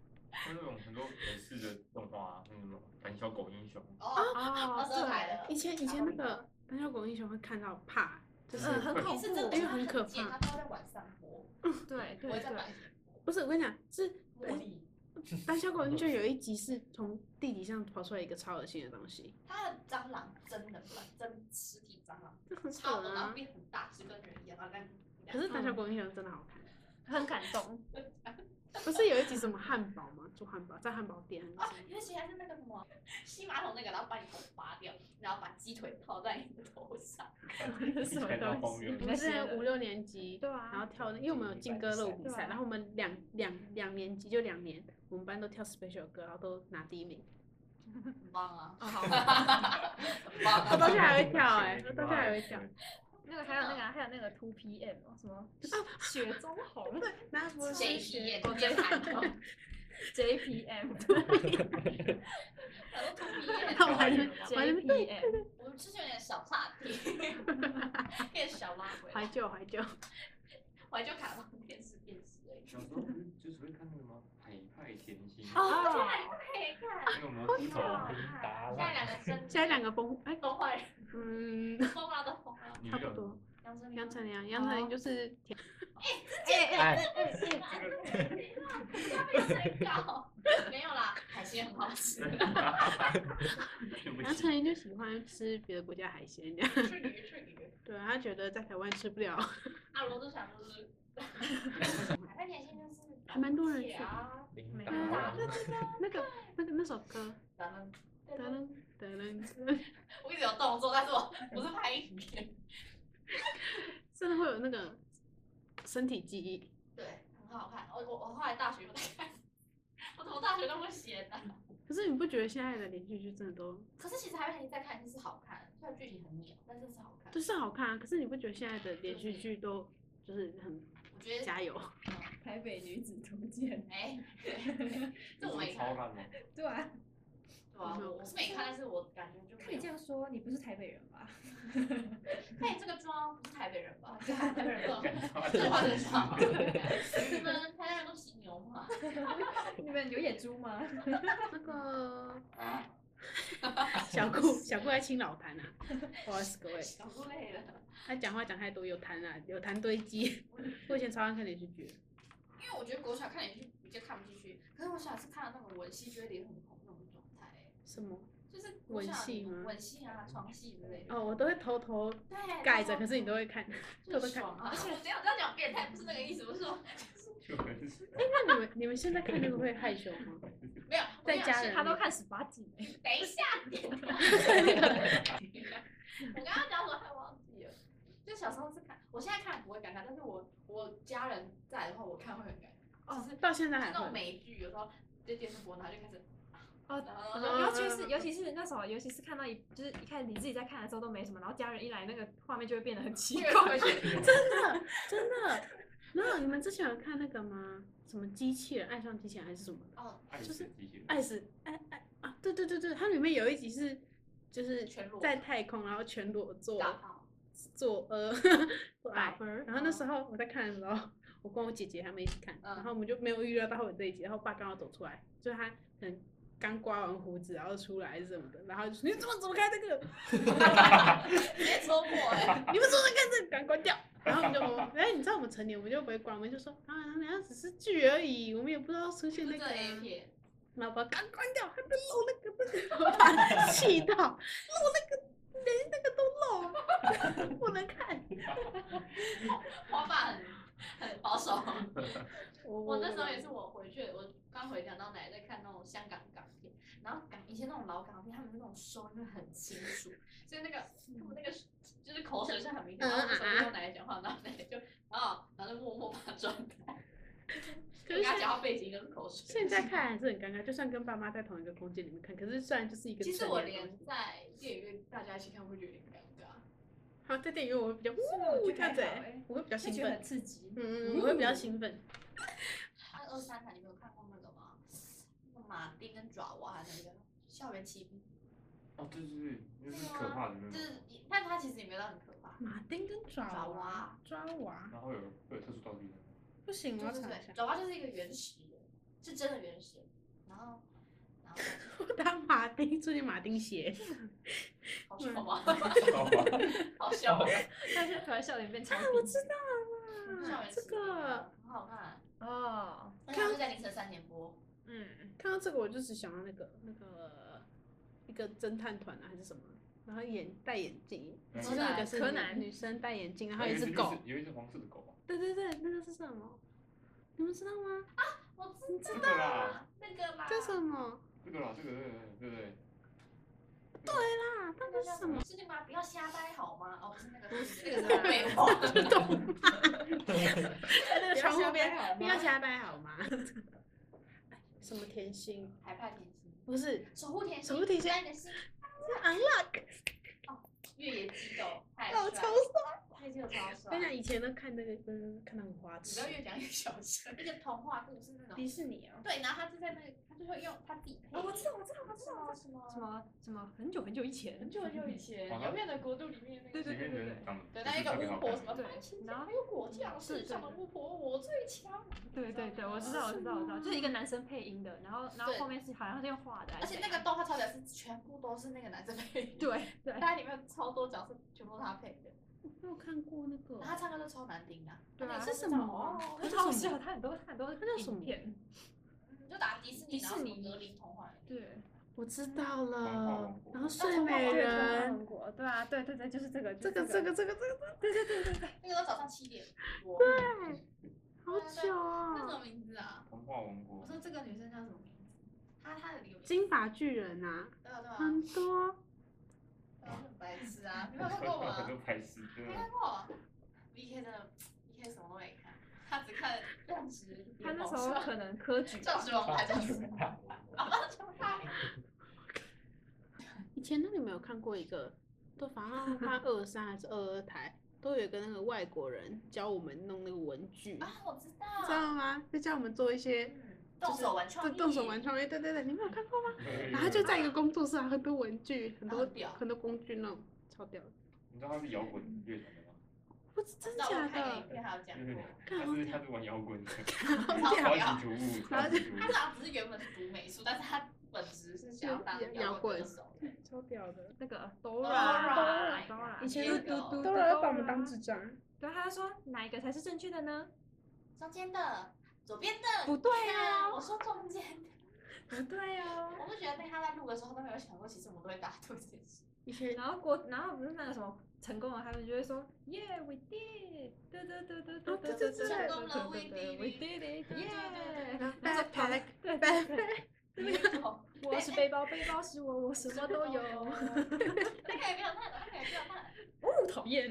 那种很多美式的动画，那种胆小狗英雄， 哦， 哦， 二十二台的。 以前以前那个胆小狗英雄会看到怕，就是嗯，很恐是真的， 怖， 因为很可怕它都会在晚上播， 对对对不会在白，天不是我跟你讲是播。茉莉， 胆小狗英雄有一集是从地底上跑出来一个超恶心的东西， 它的蟑螂真的真实体蟑螂， 这很超多，然后恶啊。 变很大只，跟人一样，然后这样。 可是胆小狗英雄真的好看。 很感动。 不是有一集什么汉堡吗？做汉堡在汉堡店还啊是什么？， 尤其还是那个什么吸马桶那个，然后把你头拔掉，然后把鸡腿套在你的头上。 那是什么东西？ 我们之前五六年级， 对啊然后跳那，因为我们有劲歌热舞比赛， 对啊然后我们两两两年级就两年，我们班都跳 special 歌，然后都拿第一名。 很棒啊！ 哦，好。 很棒啊！ 我到现在还会跳哎，我到现在还会跳。 那个还有那个还有那个 two P M 哦，什么雪中红， 那不谁是体验？ 我别喊哦。 J P M， 那我还是 J P M， 我们之前有点小岔题，变小拉回怀来。 旧怀旧。 怀旧卡通电视电视而已。 小时候不是就是会看那个吗？海派甜心， 哦，可以看。 那个魔头， 达现在两个真， 现在两个疯哎， 都坏人， 嗯， 疯了都疯了。 女的， 差不多。 杨丞琳， 杨丞琳啊，杨丞琳就是甜哎， 要被谁搞？没有啦，海鲜很好吃。 杨丞琳就喜欢吃别的国家海鲜这样。 去鱼去鱼。 对，他觉得在台湾吃不了。 啊，罗志祥就是。海派甜心就是。 还蛮多人去啊。 琳达嗯兰， 那个那个那首歌， 咱们。 噔噔噔噔， 我一直有动作，但是我不是拍影片。 真的会有那个身体记忆。 对，很好看。我我我后来大学有在看，我怎么大学那么闲呢？ 可是你不觉得现在的连续剧真的都可是其实海派甜心再看是好看，虽然剧情很鸟，但是是好看。 就是好看啊？可是你不觉得现在的连续剧都就是很我觉得加油？ 台北女子图鉴， 哎，对这我没看。 超烂的， 对啊， 对啊，我我是没看，但是我感觉就可以这样说，你不是台北人吧？ 配这个妆不是台北人吧？是台北人吧？这话真少。你们台南人都骑牛吗？ 你们有野猪吗？ 那个小顾小顾在清老痰啊，不好意思各位， 搞不累了。 他讲话讲太多有痰啊，有痰堆积。我以前超爱看连续剧， 因为我觉得国小看连续剧比较看不进去，可是我小时候看到那种文戏，觉得脸很红那种状态， 什么？ 就是文戏吗文戏啊，床戏之类的。 哦，我都会偷偷对， 盖着，可是你都会看，偷偷看。 很爽啊！而且这样这样讲变态，不是那个意思，不是说就很哎，那你们你们现在看那个会害羞吗？ 没有在家人他都看十八禁哎。 等一下，我刚刚讲什么还忘记了？就小时候是看，我现在看不会尴尬，但是我我家人在的话，我看会很尴尬。 哦，到现在还那种会。 美剧，有时候在电视播，然后就开始。 哦， 然后尤其是尤其是那时候，尤其是看到一就是一开始你自己在看的时候都没什么，然后家人一来，那个画面就会变得很奇怪。 真的真的。然后你们之前有看那个吗？什么机器人爱上机器人还是什么的？ 哦， 爱死机器人， 爱死爱爱啊！对对对对，它里面有一集是就是全裸在太空，然后全裸做打炮。 做呃做爱。 打分儿然后那时候我在看的时候，我跟我姐姐他们一起看， 嗯然后我们就没有预料到会有这一集，然后爸刚好走出来，就是他可能刚刮完胡子然后出来什么的，然后就说你怎么走开这个？ 直接戳破哎！ 你们说在看这个，赶快关掉。然后我们就说，哎，你知道我们成年，我们就不会关，我们就说啊，人家只是剧而已，我们也不知道出现那个、 这啊。 A 片， 然后把它关掉，还不露那个那个，我把他气到，露那个连那个都露，不能看。 花爸很很保守。我我那时候也是，我回去，我刚回娘到奶在看那种香港港片，然后港以前那种老港片，他们那种收音会很清楚，所以那个他们那个就是口水是很明显，然后我那时候跟奶奶讲话，然后奶奶就然后然后就默默把它转开。我跟他讲话背景都是口水。 现在看还是很尴尬，就算跟爸妈在同一个空间里面看，可是虽然就是一个其实我成年的东西连在电影院大家一起看会觉得有点尴尬。 好在电影院我会比较， 我呜这样子觉得还好欸，我会比较兴就觉得很奋， 刺激。 嗯嗯，我会比较兴奋。 那二三台你没有看过那个吗？那个马丁跟爪哇那个校园奇兵。 哦，对对对，那是可怕的那种， 就是，但它其实也没有到很可怕。 马丁跟爪爪哇哇， 抓娃然后有会有特殊道具的， 不行，我对对对， 要查一下。 爪哇就是一个原始人，是真的原始人。 然后然后当马丁出现马丁鞋， 好笑吗？ 好吧， 好笑吗？ 他现在突然笑脸变超啊，我知道了啦，这校园实验个很好看， 哦， 而且它是在凌晨三点播。 嗯， 看到这个我就只想到那个那个一个侦探团啊还是什么，然后眼戴眼镜， 嗯其中一个是女柯南女生戴眼镜，然后有一只有一只狗， 有一只黄色的狗， 对对对，那个是什么？你们知道吗？ 我你知知道道啦， 那个啦， 叫什么？ 这个啦，这个这个对不对？ 啊，那那个叫什么？ 个是什么？ 是那个吗？不要瞎掰好吗？哦，不是那个， 不是那个是废话。 在那个窗户边，不要不要瞎掰好吗？什么甜心？ 海派甜心， 不是， 守护甜心， 守护甜心在你的心， 是 unlock。 越野激斗，太哦， 帅超了，越野激斗超帅。 跟你讲，以前都看那个，嗯，看到很花痴你不要。越讲越小声。那个童话故事那种， 迪士尼啊， 对，然后他就在那个，他就会用他自己配。 哦，我知道，我知道，我知什道， 么什么什么什么很久很久以前， 很久很久以前， 好像遥远的国度里面那个。 对里面的人长得对，那一个巫婆什么对番茄然后酱，还有果酱， 对对世上的巫婆我最强。 对对对，我知道，我知道，我知道，就是一个男生配音的，然后然后对后面是好像是用画的， 而且那个动画超屌是全部都是那个男生配的， 对对它里面超多角色全部都是他配的， 我没有看过那个然后。他唱歌都超难听的。 对啊他那个是什么啊哦很好笑，他很多他很多那叫什么影片， 你就打迪士尼， 迪士尼然后什么格林童话。 对， 我知道童话了王国， 然后睡美对人， 国，对啊，对对对，就是这个， 这个这个这个这个， 对对对对对， 那个都早上七点播。 对，好久那什哦。 么名字啊？ 童话王国我，说这个女生叫什么名字？她她的有金发巨人啊， 对啊对啊， 很多。 对啊很白痴啊！你没有看过很多吗？ 拍戏，对没看过。V K 真的 V K 什么都没看，他只看量值。 他那时候可能科举吧钻石王牌，钻石王牌，啊，什么牌？ 以前那你们有看过一个，都反正看二三还是二二台，都有一个那个外国人教我们弄那个文具， 啊，我知知道。 道吗？就教我们做一些嗯，动手玩创意。 对动手玩创意，对对对，你没有看过吗？然后就在一个工作室，很多文具，很多很屌很多工具那种，超屌的。 你知道他是摇滚乐团的吗？ 不是真知道我假看个影的？ 片还有讲就是过。 他是他是玩摇滚的， 超超屌级突兀， 然后就超级突兀他。好像只是原本是读美术，但是他本质是想要当摇滚歌手。 超屌的。 那个 Dora Dora， 以前都都都都都要把我们当智障。 对，他就说哪一个才是正确的呢？ 中间的，左边的。 不对啊， 啊， 我说中间的。 不对哦。 我就觉得那他在录的时候都没有想过，其实我们都会打赌这件事。 以前然后国，然后不是那个什么成功了，他们就会说，Yeah, we did，对对对对对对对对， 成功了，we we did did it， it，Yeah。 backpack 对 backpack， 我是背包，背包是我，我什么都有。 那个也没有那个，那个也没有那个。 哦，讨厌。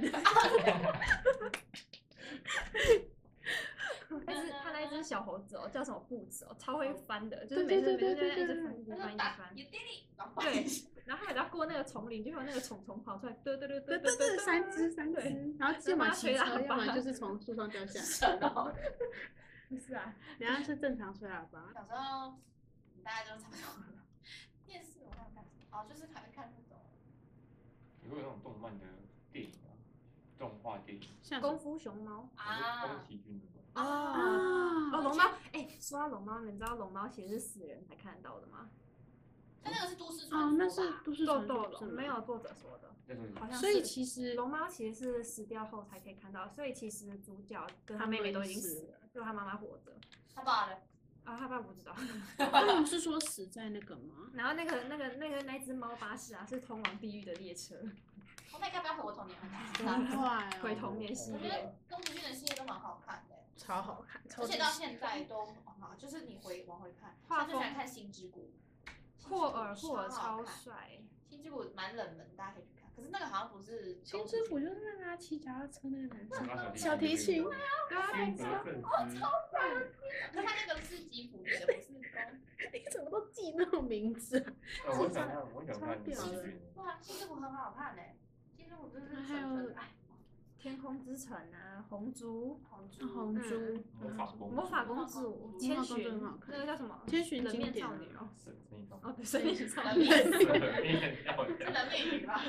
那只他那一只小猴子哦，叫什么步子哦，超会翻的，就是每次每次就在一直翻，一直翻，一直他说打翻。 也对你，然后对，然后他只要过那个丛林，就会有那个虫虫跑出来，对对对对对对对，三只三对只，然后要么骑车，要么就是从树上掉下来。 神哦。 不是啊， 然后是正常吹喇叭。 小时候大家都差不多了。电视我看看什么？哦，就是看看那种。 你会有那种动漫的电影吗？动画电影， 像功夫熊猫。 啊宫崎骏的吗？ 哦啊哦，龙猫，哎，说到龙猫，你们知道龙猫其实是死人才看得到的吗？ 但那个是都市哦， 传那是说吧？ 豆都市传豆龙说是吗没有作者说的， 那时候好像是。 所以其实龙猫其实是死掉后才可以看到，所以其实主角跟他妹妹都已经死了，只有他妈妈活着。 他爸的。 啊，他爸不知道。 他们是说死在那个吗？ 然后那个那个那个那只猫巴士啊，是通往地狱的列车， 我那个不要回我童年很很看。 快哦， 回童年系列我觉得。宫崎骏的系列都蛮好看的， 超好看，超而且到现在都很好，就是你回往回看， 画风像就喜欢看《星之谷》。 霍尔霍尔超超好看， 帅， 星之谷蛮冷门，大家可以去看。可是那个好像不是星宫崎骏之谷就是那个啊骑脚踏车那个男生， 拉小提琴对啊， 金泽正司， 可是他那个是吉普力的，不是宫。 你怎么都记那种名字啊？ 呃我想看，我想看超屌的星爵哇，星之谷很好看诶，星之谷真是还有纯纯爱。 天空之城啊，红猪， 红猪， 红猪， 魔法公主魔法公主， 魔千法公主寻很好，看那个叫什么？ 千寻冷面经典啊少女哦。 神神隐少哦，对，神隐少冷女， 面女，面少女， 是冷面鱼吧？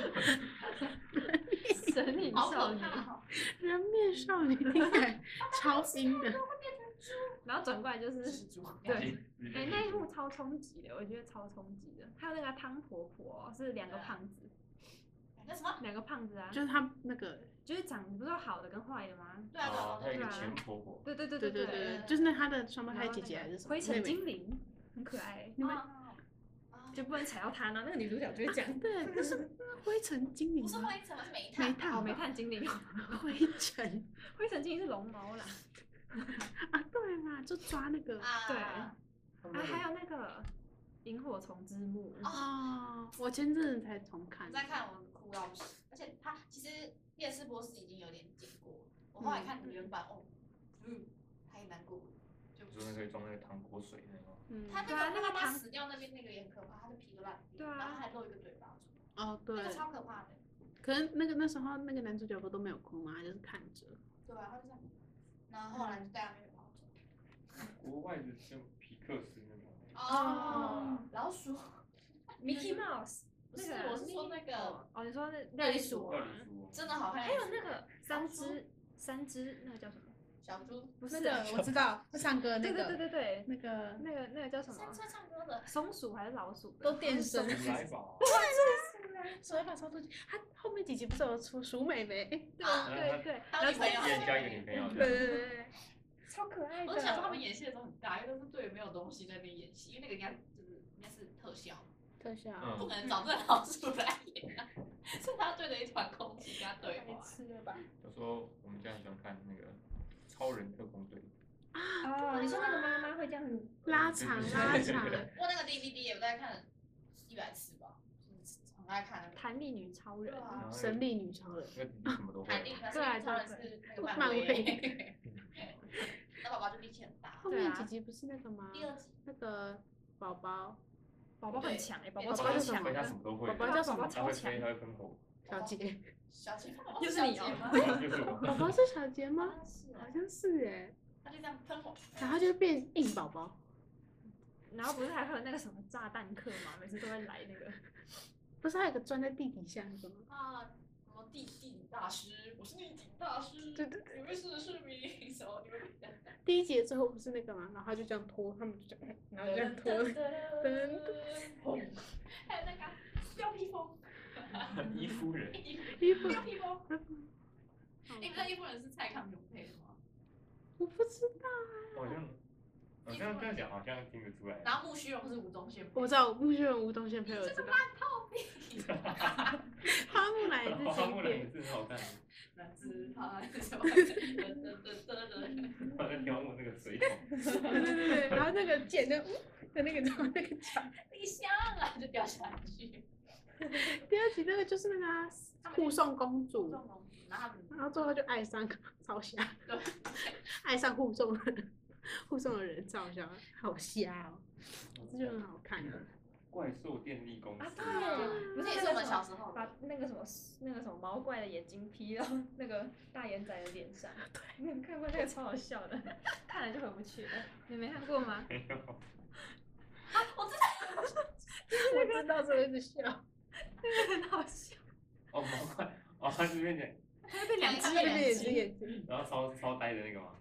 神隐好少女。 可怕哦！ 人面少女听起来超阴的。 然后转过来就是蜘蛛， 对， 直接哎、那一幕超冲击的，我觉得超冲击的。还有那个汤婆婆是两个胖子， 那什么？ 两个胖子啊， 就是他那个， 就是长得不是有好的跟坏的吗？ 对啊对啊哦，还有一个对啊前婆婆， 对对对对对对对对，就是那他的双胞胎姐姐还是什么？ 灰尘妹妹精灵，很可爱， 你们啊啊就不能踩到它呢。那个女主角就会讲， 对，那是灰尘精灵不是吗？ 灰尘，是煤煤炭。 炭哦，煤炭精灵， 灰尘灰尘精灵是龙猫啦。 啊，对啦，就抓那个啊， 对啊， 啊，还有那个萤火虫之墓， 哦，我前阵子才重看我，在看我哭到不行，而且他其实电视播是已经有点经过，我后来看原版哦，嗯，太难过了，就就是可以装那个糖果水那种。 嗯， 他那对啊个妈妈那个糖死掉那边那个也很可怕，他的皮都烂掉， 对啊然后还露一个嘴巴出来， 哦对那，个超可怕的。 可是那个那时候那个男主角不都没有哭吗？他就是看着， 对啊，他就这样，然后后来就带他妹妹跑走。 国外的像皮克斯那种， 哦，老鼠， Mickey Mouse， 不是那个， 我是说那个哦，哦你说那料理鼠料啊理书， 真的好看。 还有那个三只，三只那个叫什么？ 小猪， 不是那个我知道，会唱歌那对对对个对对， 那个那个那个叫什么山？村唱歌的， 松鼠还是老鼠的？ 都电声松鼠来吧， 手一把超出去，他后面几集不是有出鼠美眉？哎， 对啊对对， 他有女朋友一人加一个女朋友， 对对对对， 超可爱的。 我就想说他们演戏的时候很尬，因为都是对没有东西在那边演戏，因为那个应该就是应该是特效， 特效， 嗯不可能找这老鼠来演啊，所以他对着一团空气跟他对话。 吃了吧？ 有时候我们家很喜欢看那个超人特工队， 哦，你说那个妈妈会这样子拉长拉长， 我那个 D V D 我大概看了一百次吧，就是很爱看那个。 弹力女超人对，啊， 神力女超人， 那个弟弟什么都会海蒂可是对啊超人是那个漫漫威威，那宝宝就力气很大。 后面几集不是那个吗？ 第二集那个宝宝宝宝很强哎，宝宝对超宝宝强飞他什的， 么都会， 宝宝叫什么宝宝超他会飞， 强他，会喷火， 小杰， 小姐， 又是你哦吗？ 就是我。 宝宝是小杰吗？ 是啊好，像是哎， 他就这样喷火， 然后就变硬宝宝， 然后不是还会有那个什么炸弹客嘛，每次都会来那个。 不是还有个钻在地底下那个吗？ 啊，什么地地底大师，我是地底大师， 对对你们是市民，什么你们第一集最后不是那个吗？然后他就这样拖，他们就这样，然后就这样拖， 噔，砰，还有那个貂披风， 伊夫人， 衣服， 貂披风，你们知道伊夫人是蔡康永配的吗？ 我不知道， 好像好像这样讲好像听得出来。 然后木须龙是吴宗宪配的， 我知道木须人吴宗宪配，我知道， 透明， 花木兰也是花木兰也经典， 是很好看， 男子汉什么，噔噔噔噔噔， 他在挑我那个水桶， 对对对对，然后那个剑的的那个那个脚， 你香啊，就掉下去， 第二集那个就是那个啊护送公主， 然后他们然后最后就爱上超瞎， 对， 爱上护送的护送的人超瞎，好瞎哦，这就很好看的。 怪兽电力公司， 啊，对，不是这也是我们小时候把那个什么那个什么毛怪的眼睛 P 到那个大眼仔的脸上。对，你有看过那个超好笑的，看了就回不去了。你没看过吗？ 没有， 我知道， 我知道，所以一直笑。 那个很好笑， 哦，毛怪，哦，他这边讲， 它会被两只它这边也眼睛。 是眼睛， 然后超超呆的那个嘛，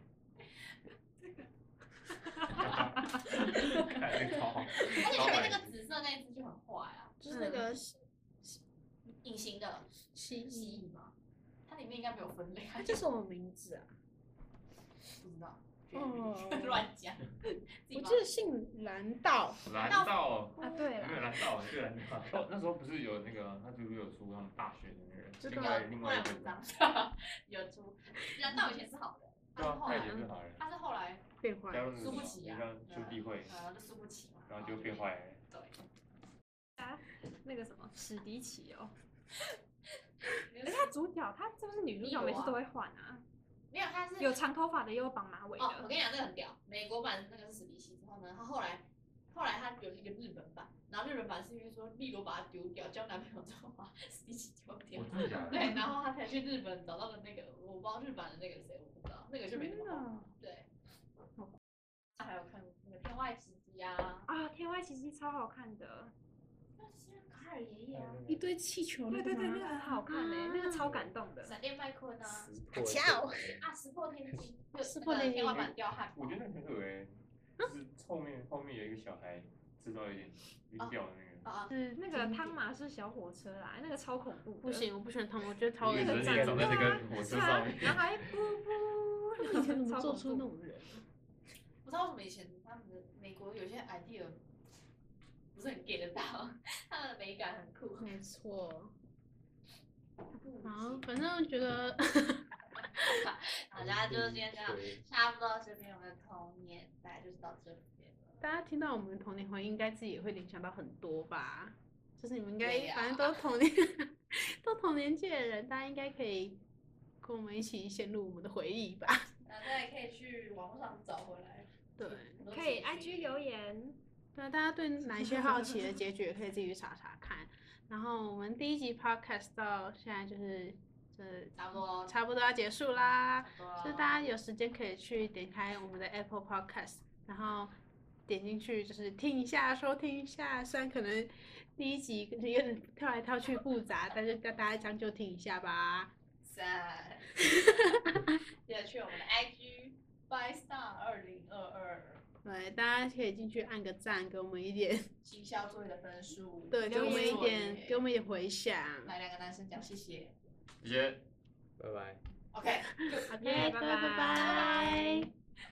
看那个超好， 而且前面那个紫色那一只就很坏啊， 就是那个隐形的蜥蜥蜴， 蜴嘛，它里面应该没有分类， 它叫什么名字啊？ 不知道， 哦乱讲， 我记得姓蓝道， 蓝道， 啊，对没有了， 蓝道，对蓝道，哦，那时候不是有那个，他是不是有出他们大学的那个， 知道另外另外一个后来文，章有出，难道以前是好的， 对啊，他以他是后来前是好人， 他是后来变坏加入那个输不起啊， 像兄弟会， 然后就输不起嘛， 然后就变坏了。 对， 啊，那个什么史迪奇哦， 没哎，他主角他是不是女主角每次都会换啊？ 有他是有长头发的，也有绑马尾哦，我的。 跟你讲，这个很屌。美国版那个是史迪奇之后呢，他后来后来他有一个日本版，然后日本版是因为说丽罗把他丢掉，交男朋友之后把史迪奇丢掉哦，，真的假的？ 对，然后他才去日本找到了那个我不知道日版的那个谁，我不知道，那个就没那么好。对，还有看那个《天外奇迹》啊， 啊，天外奇迹超好看的， 《天卡尔爷爷啊， 一堆气球那个对对对，那个吗？ 很好看诶，那个超感动的。 闪电麦昆啊， 石破巧天惊啊，石破天惊，就石破天惊那个天花板掉汉堡我觉，得很可爱，就是后面后面有一个小孩吃到有点晕掉的那个， 啊， 是那个汤马士小火车啦，那个超恐怖的。 不行，我不喜欢他们，我觉得超恶一个心。 人脸长在这个火车上面， 然后还噗噗， 以前怎么做超恐怖出那种人？ 不知道为什么以前他们的美国有些 idea 不是很 get 得到，他们的美感很酷。 没错。好， 好， 反正觉得大家就是今天这样，差不多这边我们的童年大概就是到这边了。 大家听到我们童年回忆，应该自己也会联想到很多吧？就是你们应该、 对呀反正都童年，都同年纪的人，大家应该可以跟我们一起陷入我们的回忆吧？ 大家也可以去网络上找回来。 对， 很多可以资讯 I G 留言。 对，大家对哪一些好奇的结局也可以自己去查查看。然后我们第一集 podcast 到现在就是这差不多， 差不多要结束啦， 差不多所以大家有时间可以去点开我们的 Apple Podcast， 然后点进去就是听一下、收听一下。虽然可能第一集有点跳来跳去复杂，但是大家将就听一下吧。 三，记得去我们的 I G by star 二零二二， 对，大家可以进去按个赞，给我们一点， 行销作业的分数， 对，给我们一作业点，给我们一点回响。 来两个男生讲谢谢。 谢谢。 拜拜。 OK， OK，拜拜拜拜拜拜。